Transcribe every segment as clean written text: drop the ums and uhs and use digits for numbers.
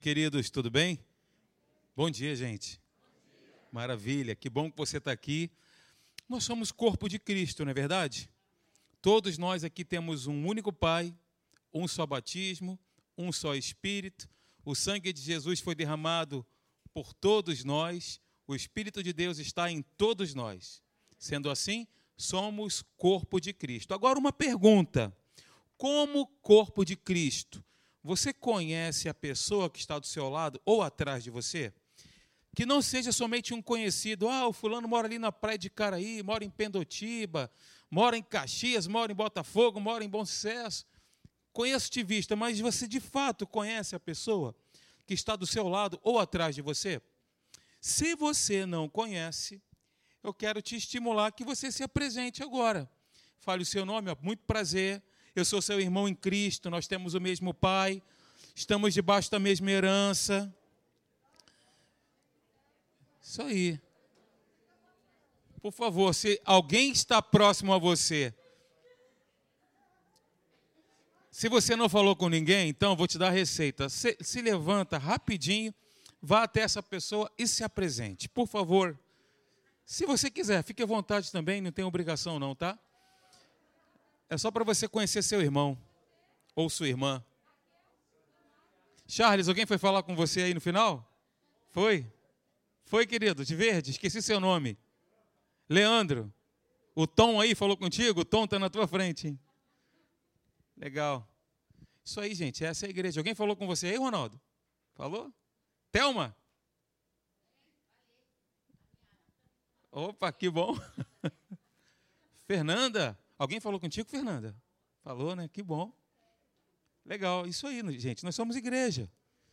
Queridos, tudo bem? Bom dia, gente. Maravilha, que bom que você está aqui. Nós somos corpo de Cristo, não é verdade? Todos nós aqui temos um único Pai, um só batismo, um só Espírito. O sangue de Jesus foi derramado por todos nós. O Espírito de Deus está em todos nós. Sendo assim, somos corpo de Cristo. Agora, uma pergunta. Como corpo de Cristo, você conhece a pessoa que está do seu lado ou atrás de você? Que não seja somente um conhecido. O fulano mora ali na praia de Caraí, mora em Pendotiba, mora em Caxias, mora em Botafogo, mora em Bom Sucesso. Conheço de vista, mas você de fato conhece a pessoa que está do seu lado ou atrás de você? Se você não conhece, eu quero te estimular que você se apresente agora. Fale o seu nome, muito prazer. Eu sou seu irmão em Cristo, nós temos o mesmo Pai, estamos debaixo da mesma herança. Isso aí. Por favor, se alguém está próximo a você, se você não falou com ninguém, então vou te dar a receita. Se levanta rapidinho, vá até essa pessoa e se apresente. Por favor, se você quiser, fique à vontade também, não tem obrigação não, tá? É só para você conhecer seu irmão ou sua irmã. Charles, alguém foi falar com você aí no final? Foi? Foi, querido, de verde, esqueci seu nome. Leandro, o Tom aí falou contigo? O Tom está na tua frente, hein? Legal. Isso aí, gente, essa é a igreja. Alguém falou com você aí, Ronaldo? Falou? Thelma? Opa, que bom. Fernanda? Alguém falou contigo, Fernanda? Falou, né? Que bom. Legal, isso aí, gente. Nós somos igreja.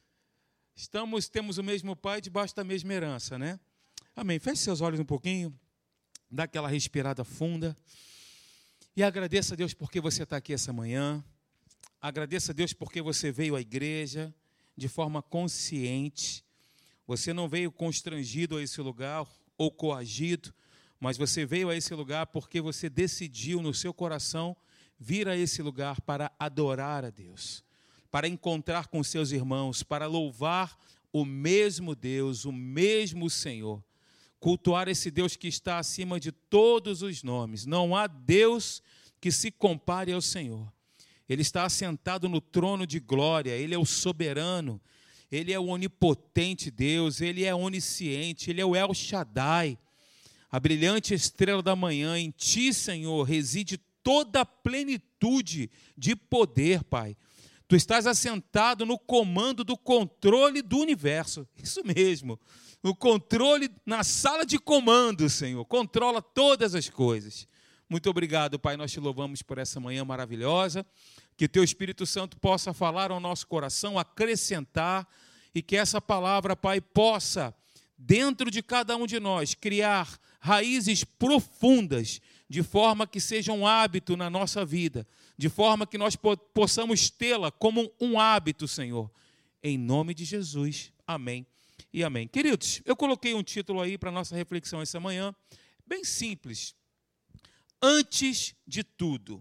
Temos o mesmo Pai debaixo da mesma herança, né? Amém. Feche seus olhos um pouquinho. Dá aquela respirada funda. E agradeça a Deus porque você está aqui essa manhã. Agradeça a Deus porque você veio à igreja de forma consciente. Você não veio constrangido a esse lugar ou coagido, mas você veio a esse lugar porque você decidiu no seu coração vir a esse lugar para adorar a Deus, para encontrar com seus irmãos, para louvar o mesmo Deus, o mesmo Senhor, cultuar esse Deus que está acima de todos os nomes. Não há Deus que se compare ao Senhor. Ele está assentado no trono de glória, Ele é o soberano, Ele é o onipotente Deus, Ele é onisciente, Ele é o El Shaddai, a brilhante estrela da manhã. Em Ti, Senhor, reside toda a plenitude de poder, Pai. Tu estás assentado no comando do controle do universo. Isso mesmo, o controle na sala de comando, Senhor. Controla todas as coisas. Muito obrigado, Pai. Nós te louvamos por essa manhã maravilhosa. Que Teu Espírito Santo possa falar ao nosso coração, acrescentar, e que essa palavra, Pai, possa, dentro de cada um de nós, criar raízes profundas, de forma que seja um hábito na nossa vida, de forma que nós possamos tê-la como um hábito, Senhor. Em nome de Jesus. Amém e amém. Queridos, eu coloquei um título aí para a nossa reflexão essa manhã, bem simples. Antes de tudo.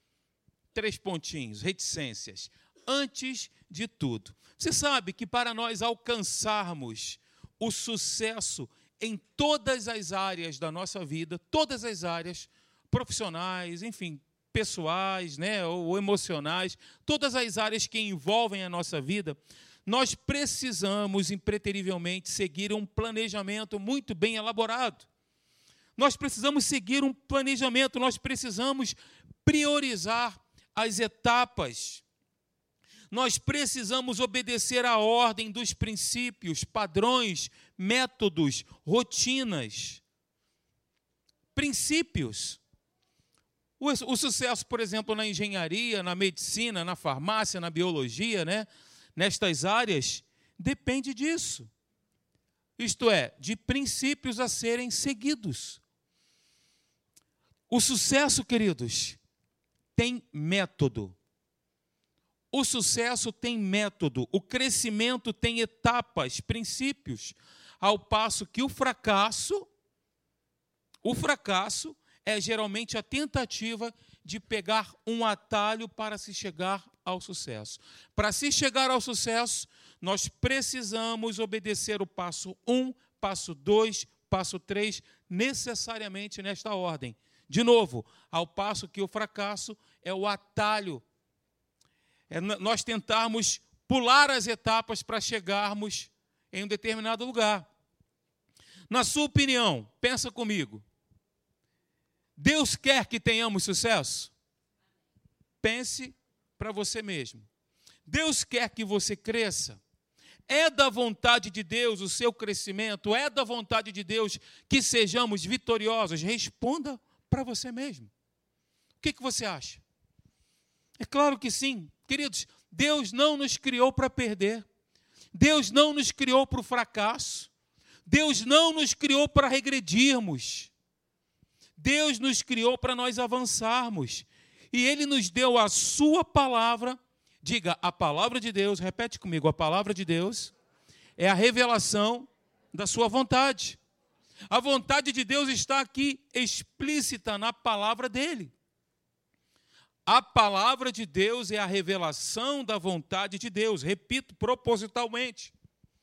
3 pontinhos, reticências. Antes de tudo. Você sabe que para nós alcançarmos o sucesso em todas as áreas da nossa vida, todas as áreas profissionais, enfim, pessoais, né, ou emocionais, todas as áreas que envolvem a nossa vida, nós precisamos impreterivelmente seguir um planejamento muito bem elaborado. Nós precisamos seguir um planejamento, nós precisamos priorizar as etapas. Nós precisamos obedecer à ordem dos princípios, padrões, métodos, rotinas. Princípios. O sucesso, por exemplo, na engenharia, na medicina, na farmácia, na biologia, né? Nestas áreas, depende disso. Isto é, de princípios a serem seguidos. O sucesso, queridos, tem método. O sucesso tem método. O crescimento tem etapas, princípios. Ao passo que o fracasso é geralmente a tentativa de pegar um atalho para se chegar ao sucesso. Para se chegar ao sucesso, nós precisamos obedecer o passo 1, passo 2, passo 3, necessariamente nesta ordem. De novo, ao passo que o fracasso é o atalho. É nós tentarmos pular as etapas para chegarmos em um determinado lugar. Na sua opinião, pensa comigo, Deus quer que tenhamos sucesso? Pense para você mesmo. Deus quer que você cresça? É da vontade de Deus o seu crescimento? É da vontade de Deus que sejamos vitoriosos? Responda para você mesmo. O que você acha? É claro que sim. Queridos, Deus não nos criou para perder. Deus não nos criou para o fracasso. Deus não nos criou para regredirmos. Deus nos criou para nós avançarmos. E Ele nos deu a sua palavra. Diga, a palavra de Deus, repete comigo, a palavra de Deus é a revelação da sua vontade. A vontade de Deus está aqui explícita na palavra dEle. A palavra de Deus é a revelação da vontade de Deus. Repito, propositalmente.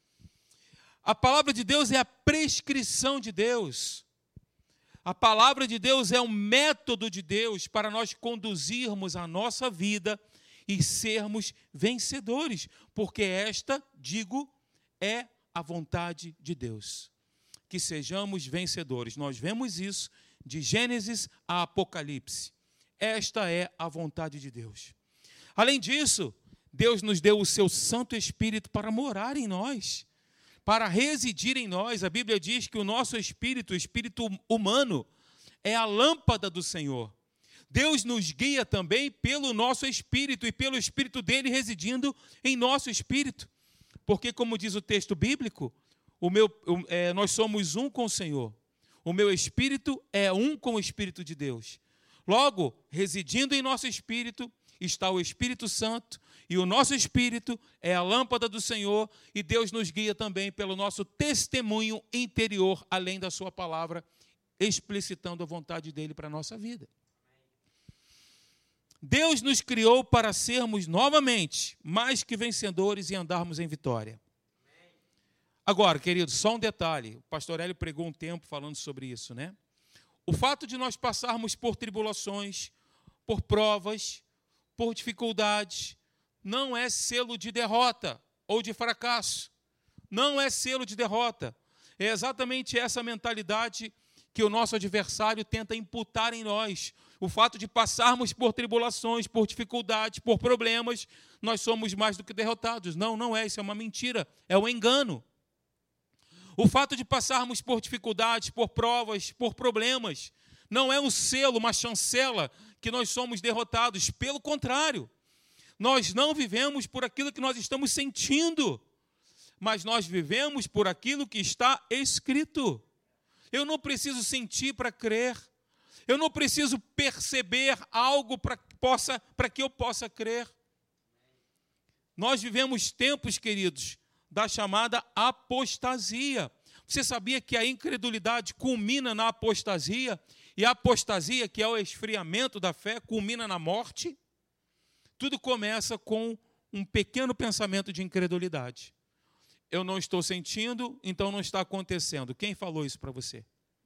A palavra de Deus é a prescrição de Deus. A palavra de Deus é um método de Deus para nós conduzirmos a nossa vida e sermos vencedores, porque esta, digo, é a vontade de Deus. Que sejamos vencedores. Nós vemos isso de Gênesis a Apocalipse. Esta é a vontade de Deus. Além disso, Deus nos deu o seu Santo Espírito para morar em nós, para residir em nós. A Bíblia diz que o nosso espírito, o espírito humano, é a lâmpada do Senhor. Deus nos guia também pelo nosso espírito e pelo espírito dele residindo em nosso espírito. Porque, como diz o texto bíblico, nós somos um com o Senhor. O meu espírito é um com o Espírito de Deus. Logo, residindo em nosso espírito, está o Espírito Santo, e o nosso espírito é a lâmpada do Senhor, e Deus nos guia também pelo nosso testemunho interior, além da sua palavra, explicitando a vontade dele para a nossa vida. Deus nos criou para sermos novamente mais que vencedores e andarmos em vitória. Agora, queridos, só um detalhe. O pastor Hélio pregou um tempo falando sobre isso, né? O fato de nós passarmos por tribulações, por provas, por dificuldades, não é selo de derrota ou de fracasso. Não é selo de derrota. É exatamente essa mentalidade que o nosso adversário tenta imputar em nós. O fato de passarmos por tribulações, por dificuldades, por problemas, nós somos mais do que derrotados. Não, não é. Isso é uma mentira. É um engano. O fato de passarmos por dificuldades, por provas, por problemas, não é um selo, uma chancela que nós somos derrotados. Pelo contrário, nós não vivemos por aquilo que nós estamos sentindo, mas nós vivemos por aquilo que está escrito. Eu não preciso sentir para crer. Eu não preciso perceber algo para que eu possa crer. Nós vivemos tempos, queridos, da chamada apostasia. Você sabia que a incredulidade culmina na apostasia? E a apostasia, que é o esfriamento da fé, culmina na morte? Tudo começa com um pequeno pensamento de incredulidade. Eu não estou sentindo, então não está acontecendo. Quem falou isso para você?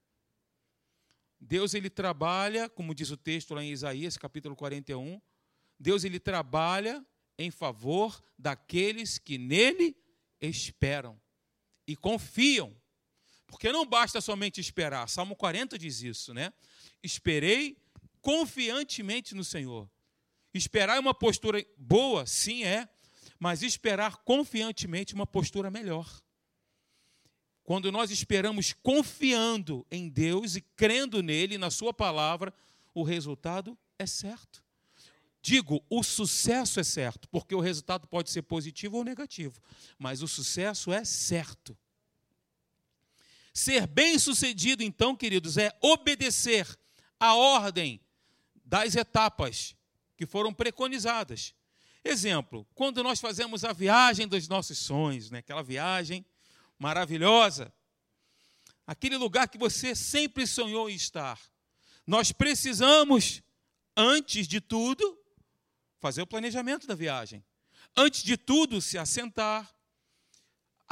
Deus, ele trabalha, como diz o texto lá em Isaías, capítulo 41, Deus, ele trabalha em favor daqueles que nele esperam e confiam. Porque não basta somente esperar. Salmo 40 diz isso, né? Esperei confiantemente no Senhor. Esperar é uma postura boa, sim é, mas esperar confiantemente é uma postura melhor. Quando nós esperamos confiando em Deus e crendo nele, na sua palavra, o resultado é certo. Digo, o sucesso é certo, porque o resultado pode ser positivo ou negativo, mas o sucesso é certo. Ser bem-sucedido, então, queridos, é obedecer à ordem das etapas que foram preconizadas. Exemplo, quando nós fazemos a viagem dos nossos sonhos, né? Aquela viagem maravilhosa, aquele lugar que você sempre sonhou em estar, nós precisamos, antes de tudo, fazer o planejamento da viagem. Antes de tudo, se assentar,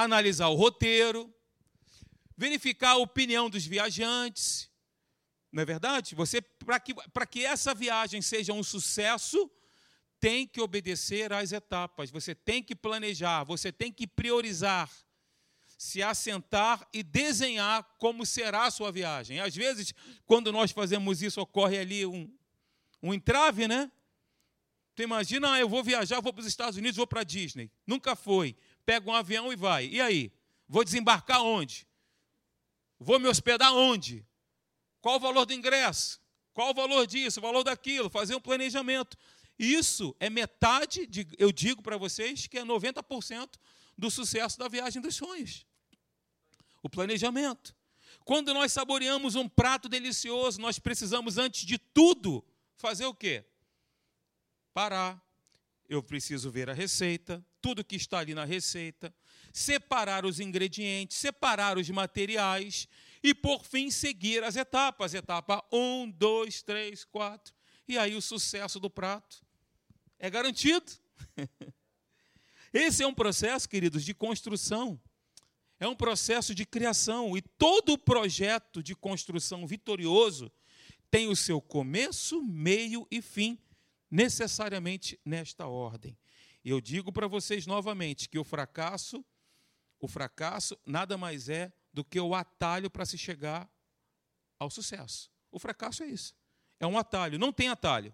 analisar o roteiro, verificar a opinião dos viajantes. Não é verdade? Você, para que essa viagem seja um sucesso, tem que obedecer às etapas, você tem que planejar, você tem que priorizar, se assentar e desenhar como será a sua viagem. Às vezes, quando nós fazemos isso, ocorre ali um entrave, né? Tu imagina, eu vou viajar, vou para os Estados Unidos, vou para a Disney. Nunca foi. Pega um avião e vai. E aí? Vou desembarcar onde? Vou me hospedar onde? Qual o valor do ingresso? Qual o valor disso, o valor daquilo? Fazer um planejamento. Isso é metade, eu digo para vocês, que é 90% do sucesso da viagem dos sonhos. O planejamento. Quando nós saboreamos um prato delicioso, nós precisamos, antes de tudo, fazer o quê? Parar. Eu preciso ver a receita, tudo que está ali na receita, separar os ingredientes, separar os materiais e, por fim, seguir as etapas. Etapa 1, 2, 3, 4. E aí o sucesso do prato é garantido. Esse é um processo, queridos, de construção. É um processo de criação. E todo projeto de construção vitorioso tem o seu começo, meio e fim, necessariamente nesta ordem. E eu digo para vocês novamente que o fracasso nada mais é do que o atalho para se chegar ao sucesso. O fracasso é isso. É um atalho, não tem atalho.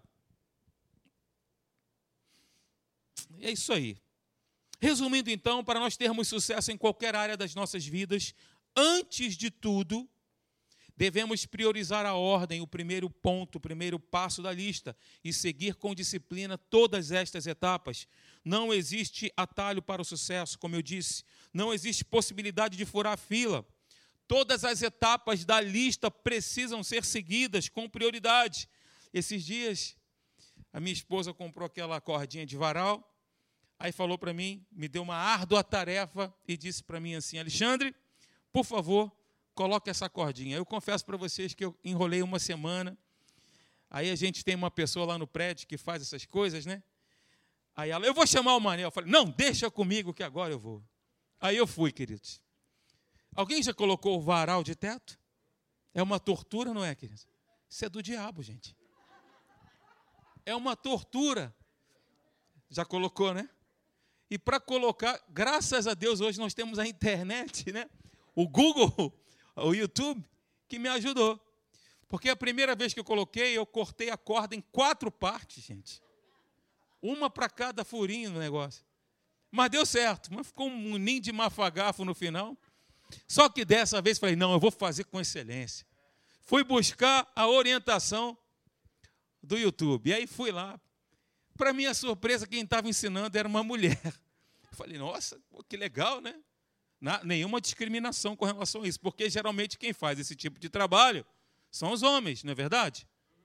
É isso aí. Resumindo, então, para nós termos sucesso em qualquer área das nossas vidas, antes de tudo, devemos priorizar a ordem, o primeiro ponto, o primeiro passo da lista, e seguir com disciplina todas estas etapas. Não existe atalho para o sucesso, como eu disse. Não existe possibilidade de furar a fila. Todas as etapas da lista precisam ser seguidas com prioridade. Esses dias, a minha esposa comprou aquela cordinha de varal, aí falou para mim, me deu uma árdua tarefa e disse para mim assim: Alexandre, por favor, coloque essa cordinha. Eu confesso para vocês que eu enrolei uma semana. Aí a gente tem uma pessoa lá no prédio que faz essas coisas, né? Aí ela, eu vou chamar o Manel. Eu falei, não, deixa comigo que agora eu vou. Aí eu fui, queridos. Alguém já colocou o varal de teto? É uma tortura, não é, queridos? Isso é do diabo, gente. É uma tortura. Já colocou, né? E para colocar, graças a Deus, hoje nós temos a internet, né? O Google, o YouTube, que me ajudou. Porque a primeira vez que eu coloquei, eu cortei a corda em 4 partes, gente. Uma para cada furinho no negócio. Mas deu certo. Mas ficou um ninho de mafagafo no final. Só que dessa vez falei, não, eu vou fazer com excelência. Fui buscar a orientação do YouTube. E aí fui lá. Para minha surpresa, quem estava ensinando era uma mulher. Eu falei, nossa, que legal, né? Nenhuma discriminação com relação a isso, porque geralmente quem faz esse tipo de trabalho são os homens, não é verdade?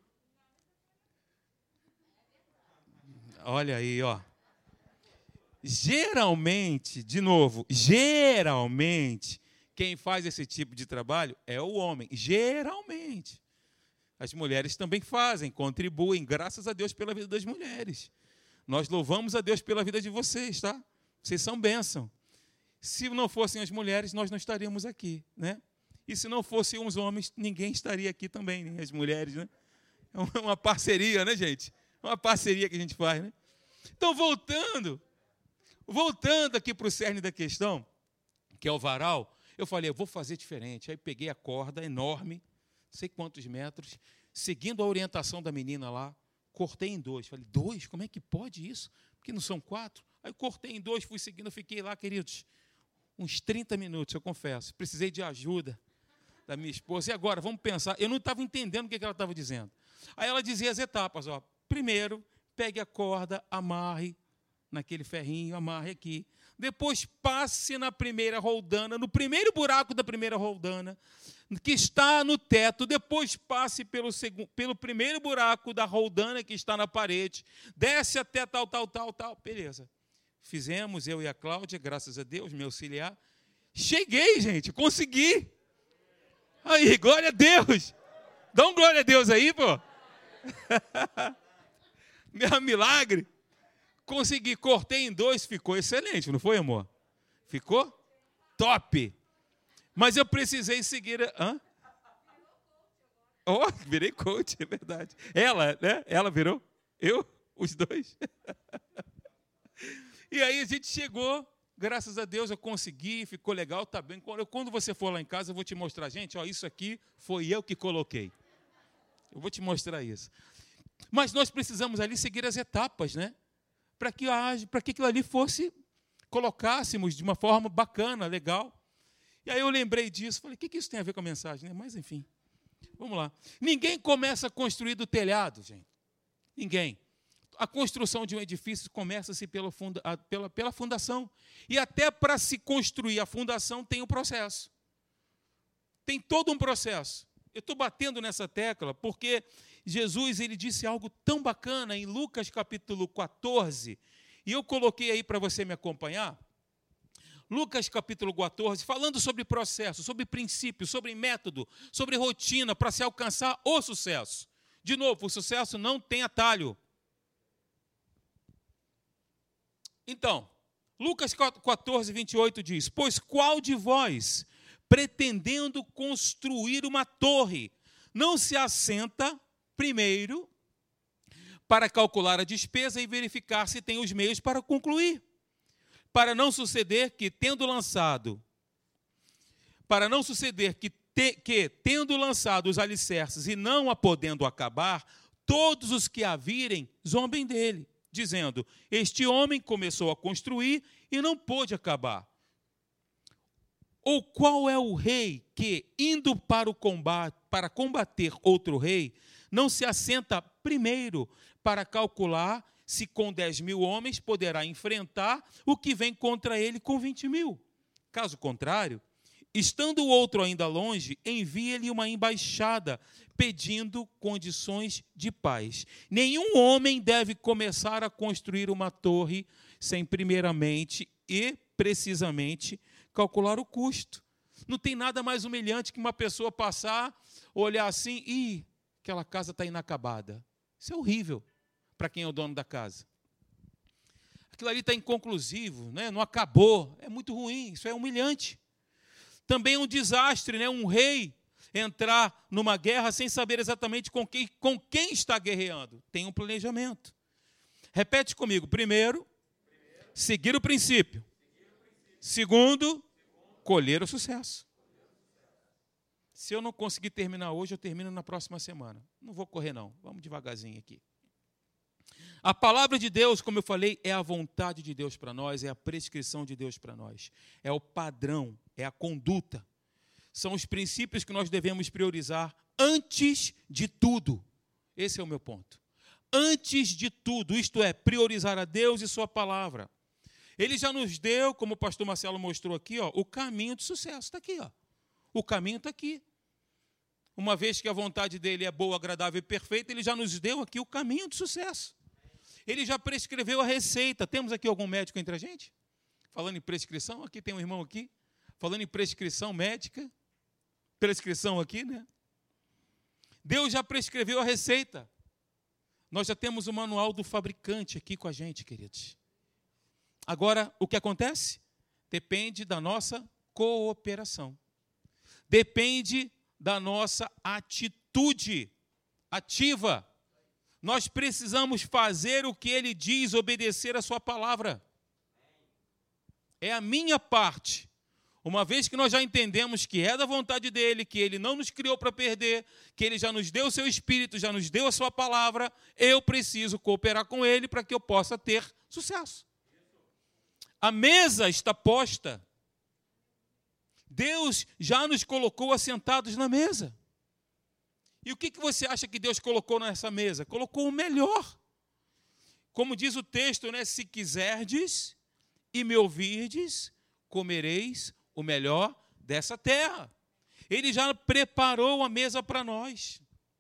Olha aí, ó. Geralmente, de novo, geralmente, quem faz esse tipo de trabalho é o homem. Geralmente. As mulheres também fazem, contribuem, graças a Deus pela vida das mulheres. Nós louvamos a Deus pela vida de vocês, tá? Vocês são bênção. Se não fossem as mulheres, nós não estaríamos aqui, né? E se não fossem os homens, ninguém estaria aqui também, né? As mulheres, né? É uma parceria, né, gente? É uma parceria que a gente faz, né? Então, voltando aqui para o cerne da questão, que é o varal, eu falei, eu vou fazer diferente. Aí peguei a corda enorme, não sei quantos metros, seguindo a orientação da menina lá, cortei em 2. Falei, 2? Como é que pode isso? Porque não são 4? Aí cortei em 2, fui seguindo, fiquei lá, queridos, uns 30 minutos, eu confesso. Precisei de ajuda da minha esposa. E agora, vamos pensar. Eu não estava entendendo o que ela estava dizendo. Aí ela dizia as etapas. Ó. Primeiro, pegue a corda, amarre naquele ferrinho, amarre aqui. Depois, passe na primeira roldana, no primeiro buraco da primeira roldana, que está no teto. Depois, passe pelo primeiro buraco da roldana que está na parede. Desce até tal. Beleza. Fizemos, eu e a Cláudia, graças a Deus, me auxiliar. Cheguei, gente, consegui. Aí, glória a Deus. Dá um glória a Deus aí, pô. Meu milagre. Consegui, cortei em 2, ficou excelente, não foi, amor? Ficou? top. Mas eu precisei seguir... Hã? Oh, virei coach, é verdade. Ela, né? Ela virou? Eu? Os dois? E aí a gente chegou, graças a Deus eu consegui, ficou legal, tá bem. Quando você for lá em casa, eu vou te mostrar, gente, ó, isso aqui foi eu que coloquei. Eu vou te mostrar isso. Mas nós precisamos ali seguir as etapas, né? Para que aquilo ali colocássemos de uma forma bacana, legal. E aí eu lembrei disso, falei, o que isso tem a ver com a mensagem, né? Mas enfim, vamos lá. Ninguém começa a construir do telhado, gente. Ninguém. A construção de um edifício começa-se pela fundação. E até para se construir a fundação tem um processo. Tem todo um processo. Eu estou batendo nessa tecla porque Jesus ele disse algo tão bacana em Lucas capítulo 14, e eu coloquei aí para você me acompanhar. Lucas capítulo 14, falando sobre processo, sobre princípio, sobre método, sobre rotina para se alcançar o sucesso. De novo, o sucesso não tem atalho. Então, Lucas 14, 28 diz: pois qual de vós, pretendendo construir uma torre, não se assenta primeiro para calcular a despesa e verificar se tem os meios para concluir? Para não suceder que, tendo lançado os alicerces e não a podendo acabar, todos os que a virem zombem dele, dizendo: este homem começou a construir e não pôde acabar. Ou qual é o rei que, indo para o combate, para combater outro rei, não se assenta primeiro para calcular se com 10.000 homens poderá enfrentar o que vem contra ele com 20.000? Caso contrário, estando o outro ainda longe, envia-lhe uma embaixada pedindo condições de paz. Nenhum homem deve começar a construir uma torre sem primeiramente e precisamente calcular o custo. Não tem nada mais humilhante que uma pessoa passar, olhar assim, e aquela casa está inacabada. Isso é horrível para quem é o dono da casa. Aquilo ali está inconclusivo, né? Não acabou, é muito ruim, isso é humilhante. Também é um desastre, né? Um rei entrar numa guerra sem saber exatamente com quem está guerreando. Tem um planejamento. Repete comigo. Primeiro, seguir o princípio. Segundo, colher o sucesso. Se eu não conseguir terminar hoje, eu termino na próxima semana. Não vou correr, não. Vamos devagarzinho aqui. A palavra de Deus, como eu falei, é a vontade de Deus para nós, é a prescrição de Deus para nós. É o padrão, é a conduta. São os princípios que nós devemos priorizar antes de tudo. Esse é o meu ponto. Antes de tudo, isto é, priorizar a Deus e sua palavra. Ele já nos deu, como o pastor Marcelo mostrou aqui, ó, o caminho do sucesso. Está aqui, ó. O caminho está aqui. Uma vez que a vontade dele é boa, agradável e perfeita, ele já nos deu aqui o caminho do sucesso. Ele já prescreveu a receita. Temos aqui algum médico entre a gente? Falando em prescrição, aqui tem um irmão aqui. Falando em prescrição médica. Prescrição aqui, né? Deus já prescreveu a receita. Nós já temos o manual do fabricante aqui com a gente, queridos. Agora, o que acontece? Depende da nossa cooperação. Depende da nossa atitude ativa. Nós precisamos fazer o que ele diz, obedecer a sua palavra. É a minha parte. Uma vez que nós já entendemos que é da vontade dele, que ele não nos criou para perder, que ele já nos deu o seu espírito, já nos deu a sua palavra, eu preciso cooperar com ele para que eu possa ter sucesso. A mesa está posta. Deus já nos colocou assentados na mesa. E o que você acha que Deus colocou nessa mesa? Colocou o melhor. Como diz o texto, né? Se quiserdes e me ouvirdes, comereis o melhor dessa terra. Ele já preparou a mesa para nós.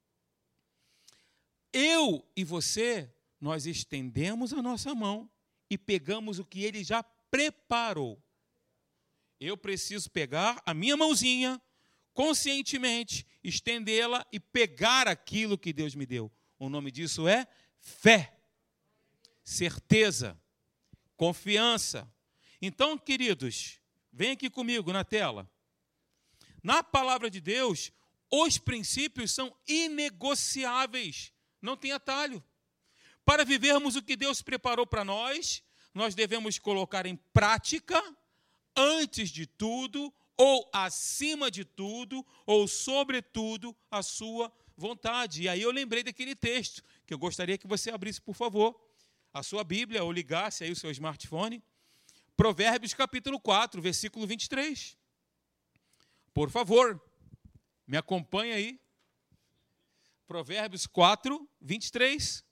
Eu e você, nós estendemos a nossa mão e pegamos o que ele já preparou. Eu preciso pegar a minha mãozinha, conscientemente, estendê-la e pegar aquilo que Deus me deu. O nome disso é fé, certeza, confiança. Então, queridos, Vem aqui comigo na tela. Na palavra de Deus, os princípios são inegociáveis. Não tem atalho. Para vivermos o que Deus preparou para nós, nós devemos colocar em prática, antes de tudo, ou acima de tudo, ou sobretudo, a sua vontade. E aí eu lembrei daquele texto, que eu gostaria que você abrisse, por favor, a sua Bíblia, ou ligasse aí o seu smartphone. Provérbios capítulo 4, versículo 23. Por favor, me acompanhe aí. Provérbios 4, 23.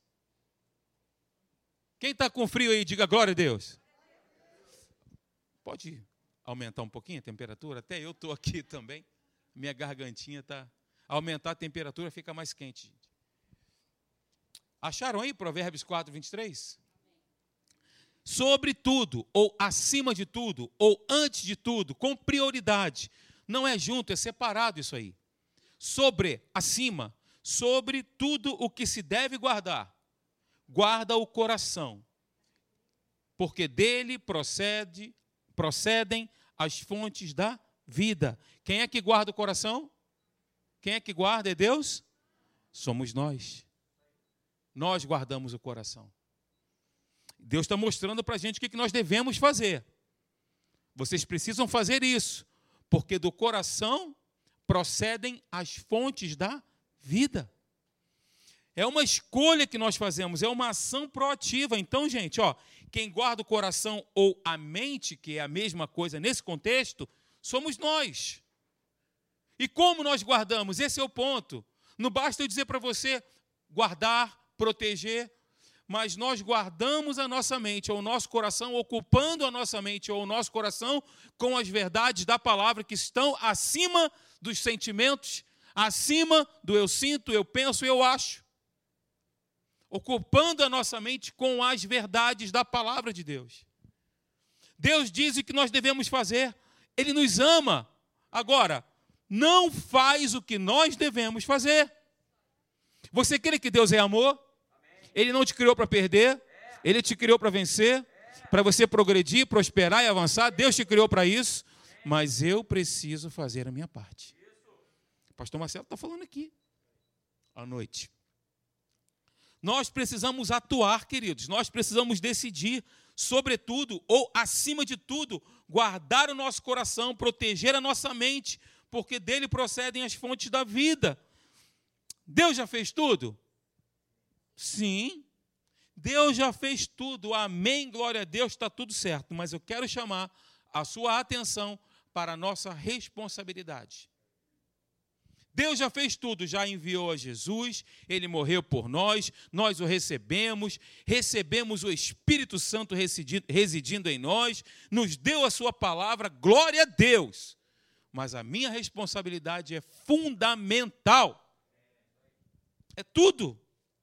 Quem está com frio aí, diga glória a Deus. Pode aumentar um pouquinho a temperatura? Até eu estou aqui também. Minha gargantinha está... Aumentar a temperatura fica mais quente, gente. Acharam aí Provérbios 4, 23? Sobre tudo, ou acima de tudo, ou antes de tudo, com prioridade. Não é junto, é separado isso aí. Sobre, acima, sobre tudo o que se deve guardar. Guarda o coração, porque dele procedem as fontes da vida. Quem é que guarda o coração? Quem é que guarda? É Deus? Somos nós. Nós guardamos o coração. Deus está mostrando para a gente o que nós devemos fazer. Vocês precisam fazer isso, porque do coração procedem as fontes da vida. É uma escolha que nós fazemos, é uma ação proativa. Então, gente, quem guarda o coração ou a mente, que é a mesma coisa nesse contexto, somos nós. E como nós guardamos? Esse é o ponto. Não basta eu dizer para você guardar, proteger, mas nós guardamos a nossa mente ou o nosso coração, ocupando a nossa mente ou o nosso coração com as verdades da palavra que estão acima dos sentimentos, acima do eu sinto, eu penso, eu acho. Ocupando a nossa mente com as verdades da palavra de Deus. Deus diz o que nós devemos fazer. Ele nos ama. Agora, não faz o que nós devemos fazer. Você crê que Deus é amor? Ele não te criou para perder. Ele te criou para vencer, para você progredir, prosperar e avançar. Deus te criou para isso. Mas eu preciso fazer a minha parte. O pastor Marcelo está falando aqui à noite. Nós precisamos atuar, queridos. Nós precisamos decidir, sobretudo, ou acima de tudo, guardar o nosso coração, proteger a nossa mente, porque dele procedem as fontes da vida. Deus já fez tudo? Sim. Deus já fez tudo. Amém, glória a Deus, está tudo certo. Mas eu quero chamar a sua atenção para a nossa responsabilidade. Deus já fez tudo, já enviou a Jesus, Ele morreu por nós, nós o recebemos o Espírito Santo residindo em nós, nos deu a sua palavra, glória a Deus. Mas a minha responsabilidade é fundamental. É tudo.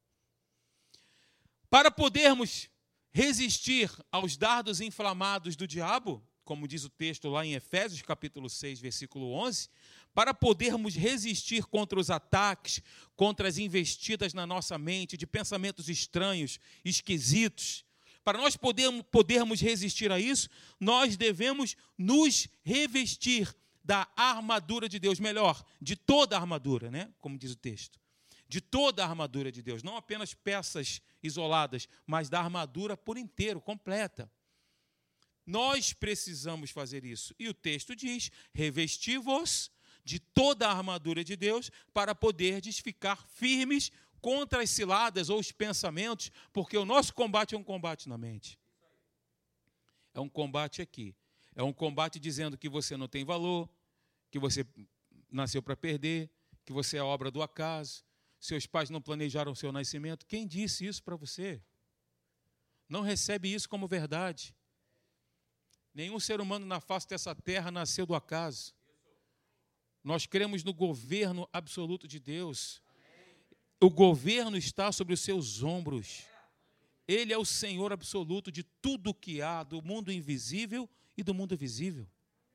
Para podermos resistir aos dardos inflamados do diabo, como diz o texto lá em Efésios, capítulo 6, versículo 11, para podermos resistir contra os ataques, contra as investidas na nossa mente de pensamentos estranhos, esquisitos, para nós podermos resistir a isso, nós devemos nos revestir da armadura de Deus, melhor, de toda a armadura, né? Como diz o texto. De toda a armadura de Deus, não apenas peças isoladas, mas da armadura por inteiro, completa. Nós precisamos fazer isso. E o texto diz, revesti-vos de toda a armadura de Deus para poderdes ficar firmes contra as ciladas ou os pensamentos, porque o nosso combate é um combate na mente. É um combate aqui. É um combate dizendo que você não tem valor, que você nasceu para perder, que você é obra do acaso, seus pais não planejaram o seu nascimento. Quem disse isso para você? Não recebe isso como verdade. Nenhum ser humano na face dessa terra nasceu do acaso. Nós cremos no governo absoluto de Deus. O governo está sobre os seus ombros. Ele é o Senhor absoluto de tudo que há, do mundo invisível e do mundo visível.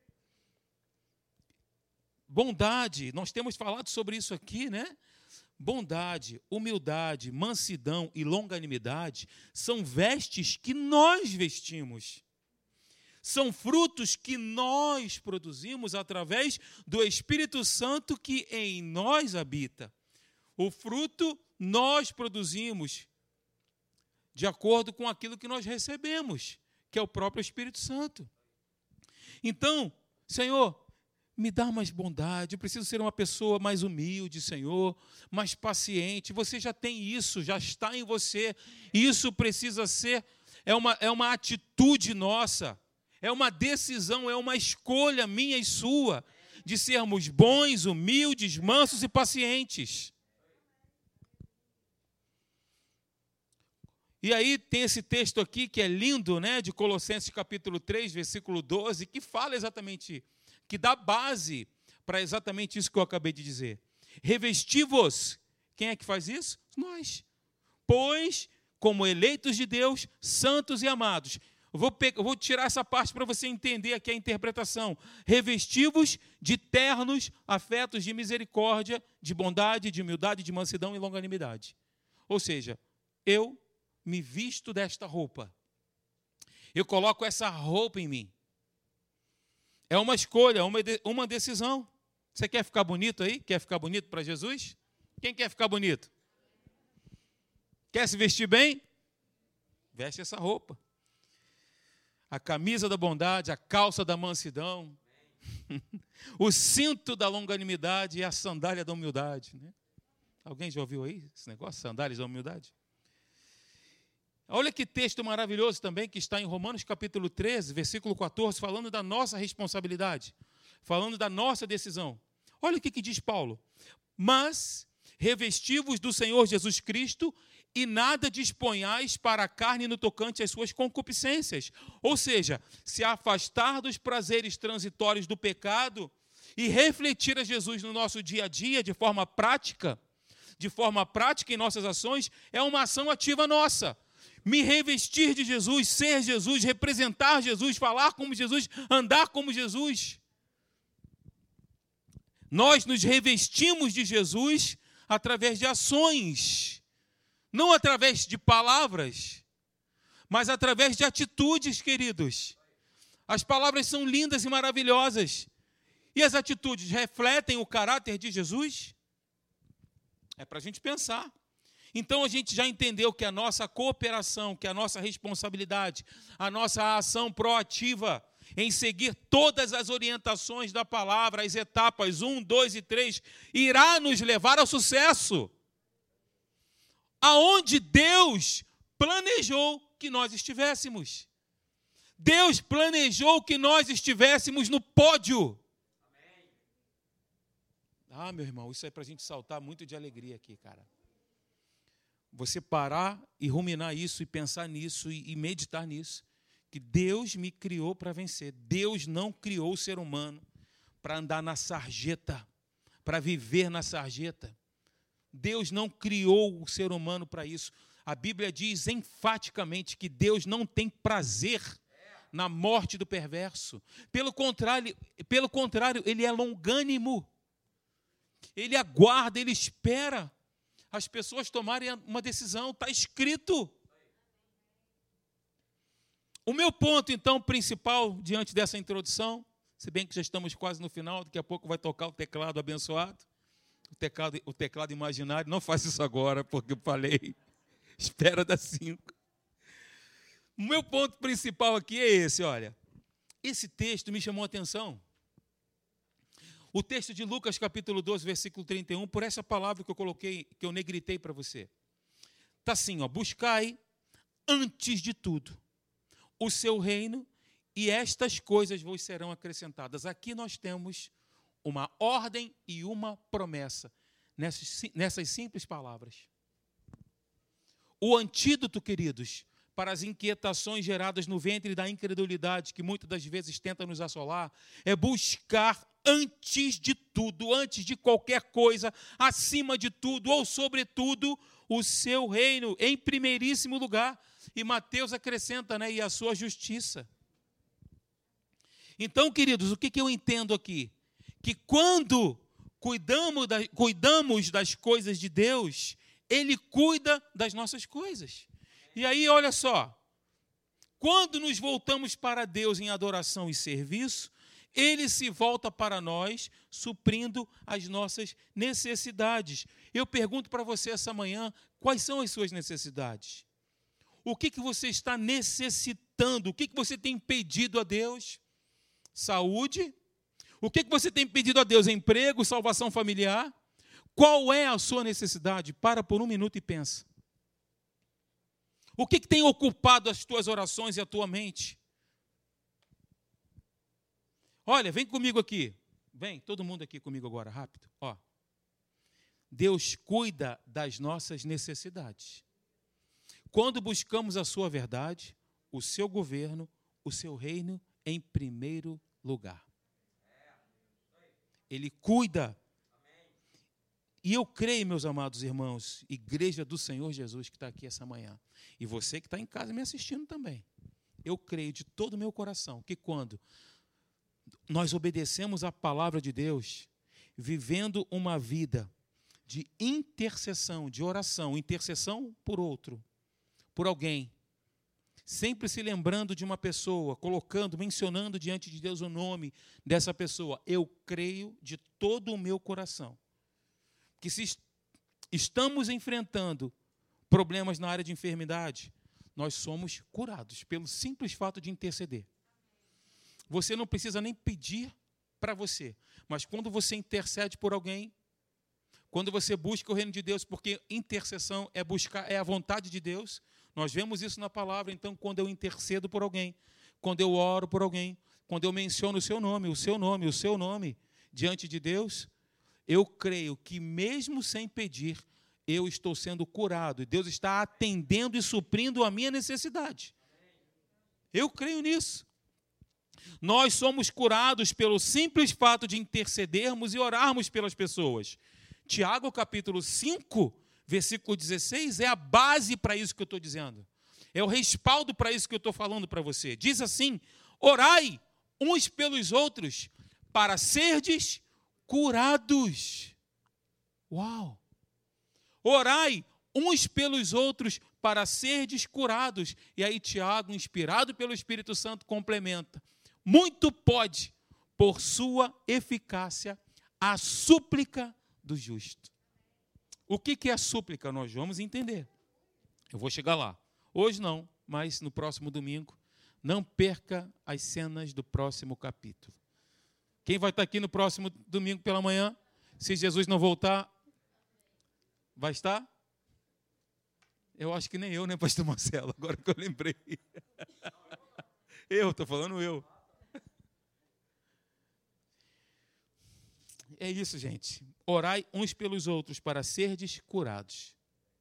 Bondade, nós temos falado sobre isso aqui, né? Bondade, humildade, mansidão e longanimidade são vestes que nós vestimos. São frutos que nós produzimos através do Espírito Santo que em nós habita. O fruto nós produzimos de acordo com aquilo que nós recebemos, que é o próprio Espírito Santo. Então, Senhor, me dá mais bondade, eu preciso ser uma pessoa mais humilde, Senhor, mais paciente. Você já tem isso, já está em você. Isso precisa ser, é uma atitude nossa, é uma decisão, é uma escolha minha e sua, de sermos bons, humildes, mansos e pacientes. E aí tem esse texto aqui que é lindo, né, de Colossenses capítulo 3, versículo 12, que fala exatamente, que dá base para exatamente isso que eu acabei de dizer. Revesti-vos. Quem é que faz isso? Nós. Pois, como eleitos de Deus, santos e amados. Eu vou tirar essa parte para você entender aqui a interpretação. Revesti-vos de ternos afetos de misericórdia, de bondade, de humildade, de mansidão e longanimidade. Ou seja, eu me visto desta roupa. Eu coloco essa roupa em mim. É uma escolha, uma decisão. Você quer ficar bonito aí? Quer ficar bonito para Jesus? Quem quer ficar bonito? Quer se vestir bem? Veste essa roupa. A camisa da bondade, a calça da mansidão, o cinto da longanimidade e a sandália da humildade. Né? Alguém já ouviu aí esse negócio? Sandálias da humildade? Olha que texto maravilhoso também, que está em Romanos capítulo 13, versículo 14, falando da nossa responsabilidade, falando da nossa decisão. Olha o que diz Paulo. Mas revesti-vos do Senhor Jesus Cristo e nada disponhais para a carne no tocante às suas concupiscências. Ou seja, se afastar dos prazeres transitórios do pecado e refletir a Jesus no nosso dia a dia de forma prática em nossas ações, é uma ação ativa nossa. Me revestir de Jesus, ser Jesus, representar Jesus, falar como Jesus, andar como Jesus. Nós nos revestimos de Jesus através de ações, não através de palavras, mas através de atitudes, queridos. As palavras são lindas e maravilhosas. E as atitudes refletem o caráter de Jesus? É para a gente pensar. Então, a gente já entendeu que a nossa cooperação, que a nossa responsabilidade, a nossa ação proativa em seguir todas as orientações da palavra, as etapas 1, 2 e 3, irá nos levar ao sucesso. Aonde Deus planejou que nós estivéssemos. Deus planejou que nós estivéssemos no pódio. Ah, meu irmão, isso é para a gente saltar muito de alegria aqui, cara. Você parar e ruminar isso, e pensar nisso, e meditar nisso. Que Deus me criou para vencer. Deus não criou o ser humano para andar na sarjeta, para viver na sarjeta. Deus não criou o ser humano para isso. A Bíblia diz enfaticamente que Deus não tem prazer na morte do perverso. Pelo contrário, Ele é longânimo. Ele aguarda, Ele espera as pessoas tomarem uma decisão. Está escrito. O meu ponto, então, principal, diante dessa introdução, se bem que já estamos quase no final, daqui a pouco vai tocar o teclado abençoado, o teclado imaginário. Não faça isso agora, porque eu falei, espera das 5. O meu ponto principal aqui é esse, olha. Esse texto me chamou a atenção. O texto de Lucas, capítulo 12, versículo 31, por essa palavra que eu coloquei, que eu negritei para você. Está assim, ó, buscai antes de tudo o seu reino e estas coisas vos serão acrescentadas. Aqui nós temos uma ordem e uma promessa nessas simples palavras. O antídoto, queridos, para as inquietações geradas no ventre da incredulidade, que muitas das vezes tenta nos assolar, é buscar antes de tudo, antes de qualquer coisa, acima de tudo ou sobretudo, o seu reino em primeiríssimo lugar. E Mateus acrescenta, né, e a sua justiça. Então, queridos, o que eu entendo aqui? Que quando cuidamos das coisas de Deus, Ele cuida das nossas coisas. E aí, olha só, Quando nos voltamos para Deus em adoração e serviço, Ele se volta para nós, suprindo as nossas necessidades. Eu pergunto para você essa manhã, quais são as suas necessidades? O que você está necessitando? O que você tem pedido a Deus? Saúde? O que você tem pedido a Deus? Emprego, salvação familiar? Qual é a sua necessidade? Para por um minuto e pensa. O que tem ocupado as tuas orações e a tua mente? Olha, vem comigo aqui. Vem, todo mundo aqui comigo agora, rápido. Ó. Deus cuida das nossas necessidades. Quando buscamos a sua verdade, o seu governo, o seu reino em primeiro lugar. Ele cuida. E eu creio, meus amados irmãos, igreja do Senhor Jesus que está aqui essa manhã, e você que está em casa me assistindo também, eu creio de todo o meu coração que quando nós obedecemos a palavra de Deus, vivendo uma vida de intercessão, de oração, intercessão por outro, por alguém, sempre se lembrando de uma pessoa, colocando, mencionando diante de Deus o nome dessa pessoa, eu creio de todo o meu coração que se estamos enfrentando problemas na área de enfermidade, nós somos curados pelo simples fato de interceder. Você não precisa nem pedir para você, mas quando você intercede por alguém, quando você busca o reino de Deus, porque intercessão é buscar, é a vontade de Deus, nós vemos isso na palavra. Então, quando eu intercedo por alguém, quando eu oro por alguém, quando eu menciono o seu nome diante de Deus, eu creio que mesmo sem pedir, eu estou sendo curado, e Deus está atendendo e suprindo a minha necessidade. Eu creio nisso. Nós somos curados pelo simples fato de intercedermos e orarmos pelas pessoas. Tiago, capítulo 5, versículo 16, é a base para isso que eu estou dizendo. É o respaldo para isso que eu estou falando para você. Diz assim: orai uns pelos outros para serdes curados. Uau! Orai uns pelos outros para serdes curados. E aí Tiago, inspirado pelo Espírito Santo, complementa: muito pode, por sua eficácia, a súplica do justo. O que é a súplica? Nós vamos entender. Eu vou chegar lá. Hoje não, mas no próximo domingo. Não perca as cenas do próximo capítulo. Quem vai estar aqui no próximo domingo pela manhã? Se Jesus não voltar, vai estar? Eu acho que nem eu, né, pastor Marcelo? Agora que eu lembrei. Estou falando eu. É isso, gente. Orai uns pelos outros para serdes curados.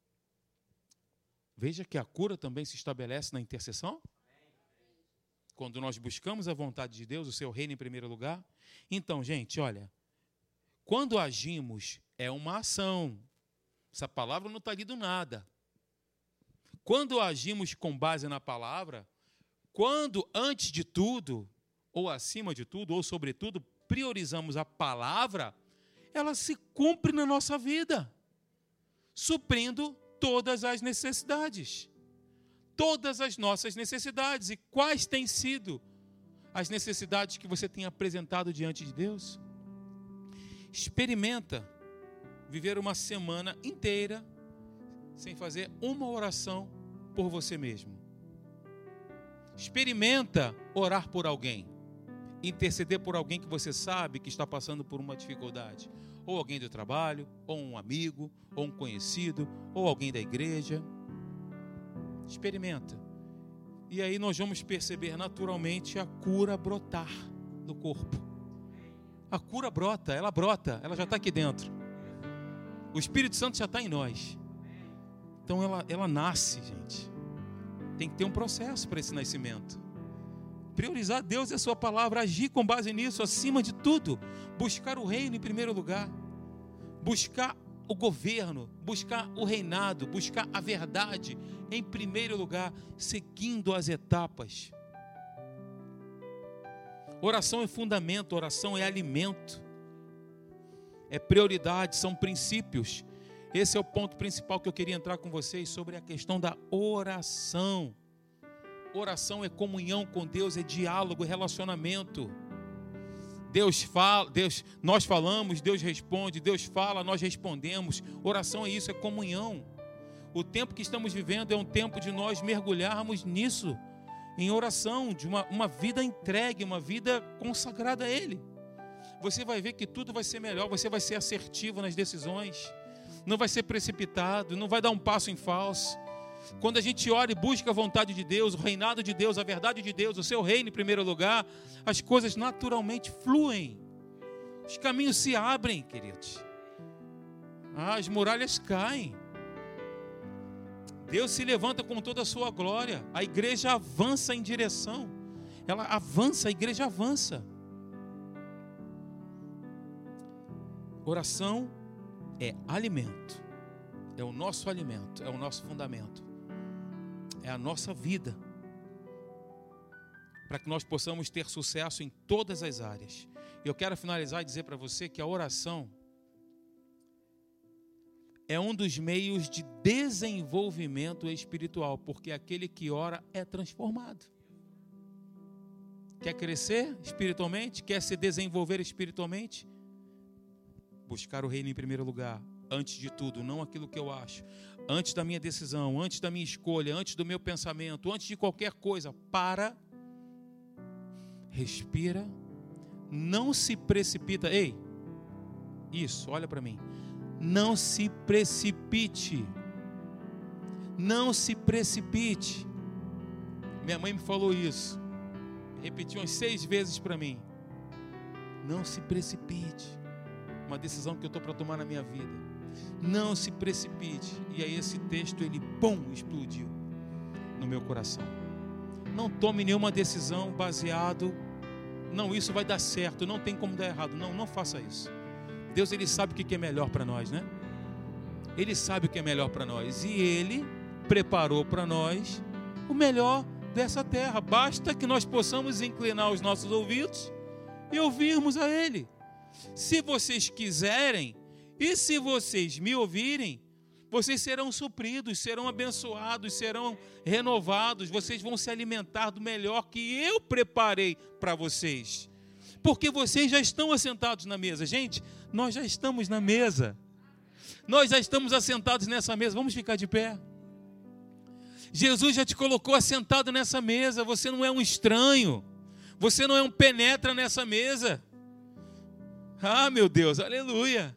Veja que a cura também se estabelece na intercessão. Quando nós buscamos a vontade de Deus, o seu reino em primeiro lugar. Então, gente, olha, quando agimos, é uma ação. Essa palavra não está ali do nada. Quando agimos com base na palavra, quando antes de tudo, ou acima de tudo, ou sobretudo, priorizamos a palavra, ela se cumpre na nossa vida, suprindo todas as necessidades. Todas as nossas necessidades. E quais têm sido as necessidades que você tem apresentado diante de Deus? Experimenta viver uma semana inteira sem fazer uma oração por você mesmo. Experimenta orar por alguém, interceder por alguém que você sabe que está passando por uma dificuldade, ou alguém do trabalho, ou um amigo, ou um conhecido, ou alguém da igreja. Experimenta. E aí nós vamos perceber naturalmente a cura brotar do corpo. A cura brota, ela já está aqui dentro. O Espírito Santo já está em nós. Então ela nasce, gente. Tem que ter um processo para esse nascimento. Priorizar Deus e a sua palavra, agir com base nisso, acima de tudo. Buscar o reino em primeiro lugar. Buscar o governo, buscar o reinado, buscar a verdade em primeiro lugar, seguindo as etapas. Oração é fundamento, oração é alimento, é prioridade, são princípios. Esse é o ponto principal que eu queria entrar com vocês sobre a questão da oração. Oração é comunhão com Deus, é diálogo, é relacionamento. Deus fala, nós falamos, Deus responde, Deus fala, nós respondemos. Oração é isso, é comunhão. O tempo que estamos vivendo é um tempo de nós mergulharmos nisso, em oração, de uma vida entregue, uma vida consagrada a Ele. Você vai ver que tudo vai ser melhor, você vai ser assertivo nas decisões, não vai ser precipitado, não vai dar um passo em falso. Quando a gente ora e busca a vontade de Deus, o reinado de Deus, a verdade de Deus, o seu reino em primeiro lugar, as coisas naturalmente fluem. Os caminhos se abrem, queridos. As muralhas caem. Deus se levanta com toda a sua glória. A igreja avança em direção. Ela avança, a igreja avança. Oração é alimento. É o nosso alimento, é o nosso fundamento. É a nossa vida, para que nós possamos ter sucesso em todas as áreas. E eu quero finalizar e dizer para você que a oração é um dos meios de desenvolvimento espiritual, porque aquele que ora é transformado. Quer crescer espiritualmente? Quer se desenvolver espiritualmente? Buscar o reino em primeiro lugar, antes de tudo, não aquilo que eu acho. Antes da minha decisão, antes da minha escolha, antes do meu pensamento, antes de qualquer coisa, para, respira, não se precipita. Ei, isso, olha para mim. Não se precipite. Não se precipite. Minha mãe me falou isso. Repetiu umas 6 vezes para mim. Não se precipite. Uma decisão que eu estou para tomar na minha vida. Não se precipite. E aí esse texto, ele, explodiu no meu coração. Não tome nenhuma decisão baseado, não, isso vai dar certo, não tem como dar errado. Não faça isso. Deus, ele sabe o que é melhor para nós, né? Ele sabe o que é melhor para nós. E Ele preparou para nós o melhor dessa terra. Basta que nós possamos inclinar os nossos ouvidos e ouvirmos a Ele. Se vocês quiserem, e se vocês me ouvirem, vocês serão supridos, serão abençoados, serão renovados, vocês vão se alimentar do melhor que eu preparei para vocês. Porque vocês já estão assentados na mesa. Gente, nós já estamos na mesa. Nós já estamos assentados nessa mesa. Vamos ficar de pé. Jesus já te colocou assentado nessa mesa. Você não é um estranho. Você não é um penetra nessa mesa. Ah, meu Deus, aleluia.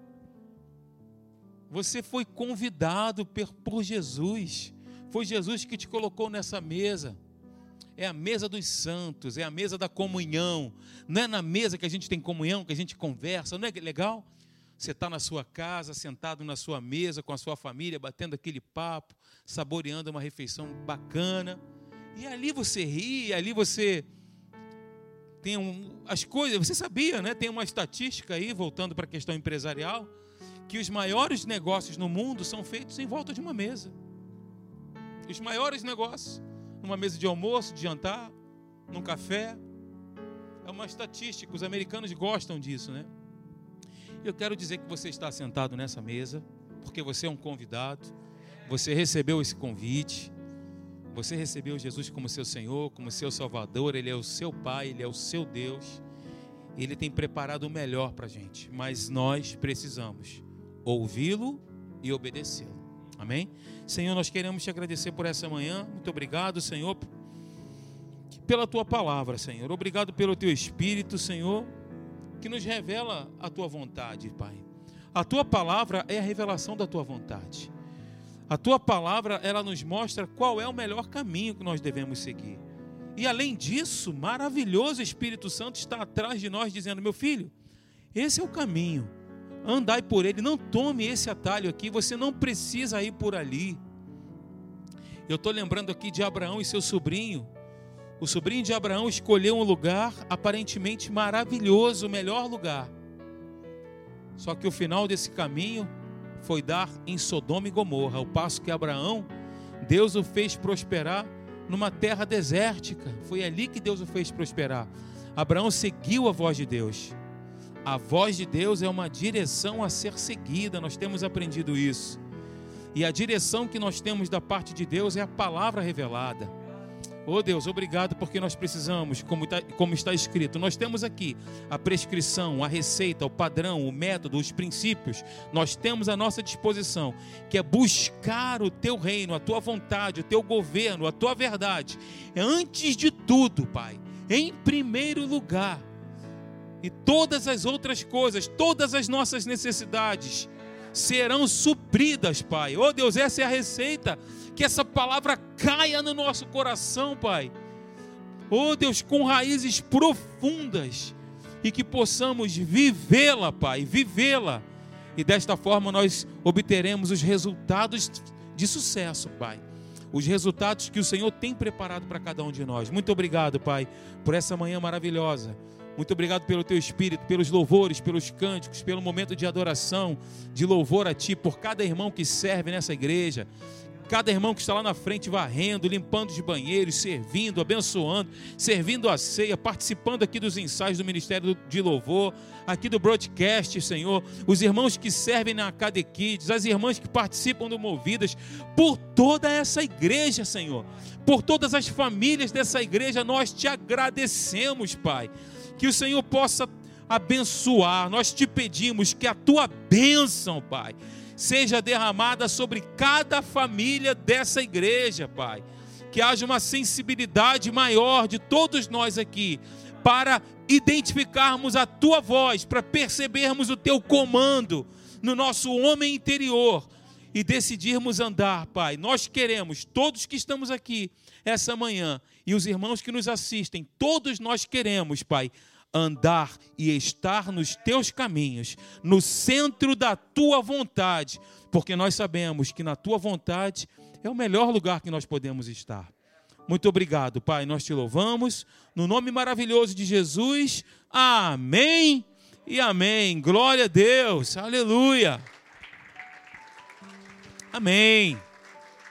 Você foi convidado por Jesus. Foi Jesus que te colocou nessa mesa. É a mesa dos santos, é a mesa da comunhão. Não é na mesa que a gente tem comunhão, que a gente conversa. Não é legal? Você está na sua casa, sentado na sua mesa, com a sua família, batendo aquele papo, saboreando uma refeição bacana. E ali você ri, ali você tem as coisas. Você sabia, né? Tem uma estatística aí, voltando para a questão empresarial, que os maiores negócios no mundo são feitos em volta de uma mesa. Os maiores negócios, numa mesa de almoço, de jantar, num café. É uma estatística, os americanos gostam disso, né? Eu quero dizer que você está sentado nessa mesa, porque você é um convidado, você recebeu esse convite, você recebeu Jesus como seu Senhor, como seu Salvador, Ele é o seu Pai, Ele é o seu Deus, Ele tem preparado o melhor para a gente, mas nós precisamos ouvi-lo e obedecê-lo. Amém? Senhor, nós queremos te agradecer por essa manhã. Muito obrigado, Senhor, pela tua palavra, Senhor. Obrigado pelo teu Espírito, Senhor, que nos revela a tua vontade, Pai. A tua palavra é a revelação da tua vontade. A tua palavra, ela nos mostra qual é o melhor caminho que nós devemos seguir. E além disso, maravilhoso, o Espírito Santo está atrás de nós dizendo: meu filho, esse é o caminho. Andai por ele, não tome esse atalho aqui, você não precisa ir por ali. Eu estou lembrando aqui de Abraão e seu sobrinho. O sobrinho de Abraão escolheu um lugar aparentemente maravilhoso, o melhor lugar. Só que o final desse caminho foi dar em Sodoma e Gomorra, ao passo que Abraão, Deus o fez prosperar numa terra desértica. Foi ali que Deus o fez prosperar. Abraão seguiu a voz de Deus. A voz de Deus é uma direção a ser seguida, nós temos aprendido isso. E a direção que nós temos da parte de Deus é a palavra revelada. Oh Deus, obrigado porque nós precisamos, como está escrito, nós temos aqui a prescrição, a receita, o padrão, o método, os princípios. Nós temos à nossa disposição, que é buscar o teu reino, a tua vontade, o teu governo, a tua verdade. Antes de tudo, Pai, em primeiro lugar. E todas as outras coisas, todas as nossas necessidades serão supridas, Pai. Oh Deus, essa é a receita. Que essa palavra caia no nosso coração, Pai. Oh Deus, com raízes profundas. E que possamos vivê-la, Pai, vivê-la. E desta forma nós obteremos os resultados de sucesso, Pai. Os resultados que o Senhor tem preparado para cada um de nós. Muito obrigado, Pai, por essa manhã maravilhosa. Muito obrigado pelo Teu Espírito, pelos louvores, pelos cânticos, pelo momento de adoração, de louvor a Ti, por cada irmão que serve nessa igreja. Cada irmão que está lá na frente varrendo, limpando os banheiros, servindo, abençoando, servindo a ceia, participando aqui dos ensaios do Ministério de Louvor, aqui do broadcast, Senhor. Os irmãos que servem na Cade Kids, as irmãs que participam do Movidas, por toda essa igreja, Senhor. Por todas as famílias dessa igreja, nós te agradecemos, Pai. Que o Senhor possa abençoar. Nós te pedimos que a tua bênção, Pai, seja derramada sobre cada família dessa igreja, Pai. Que haja uma sensibilidade maior de todos nós aqui, para identificarmos a tua voz, para percebermos o teu comando no nosso homem interior e decidirmos andar, Pai. Nós queremos, todos que estamos aqui essa manhã e os irmãos que nos assistem, todos nós queremos, Pai, andar e estar nos teus caminhos, no centro da tua vontade, porque nós sabemos que na tua vontade é o melhor lugar que nós podemos estar. Muito obrigado, Pai, nós te louvamos, no nome maravilhoso de Jesus, amém e amém. Glória a Deus, aleluia, amém.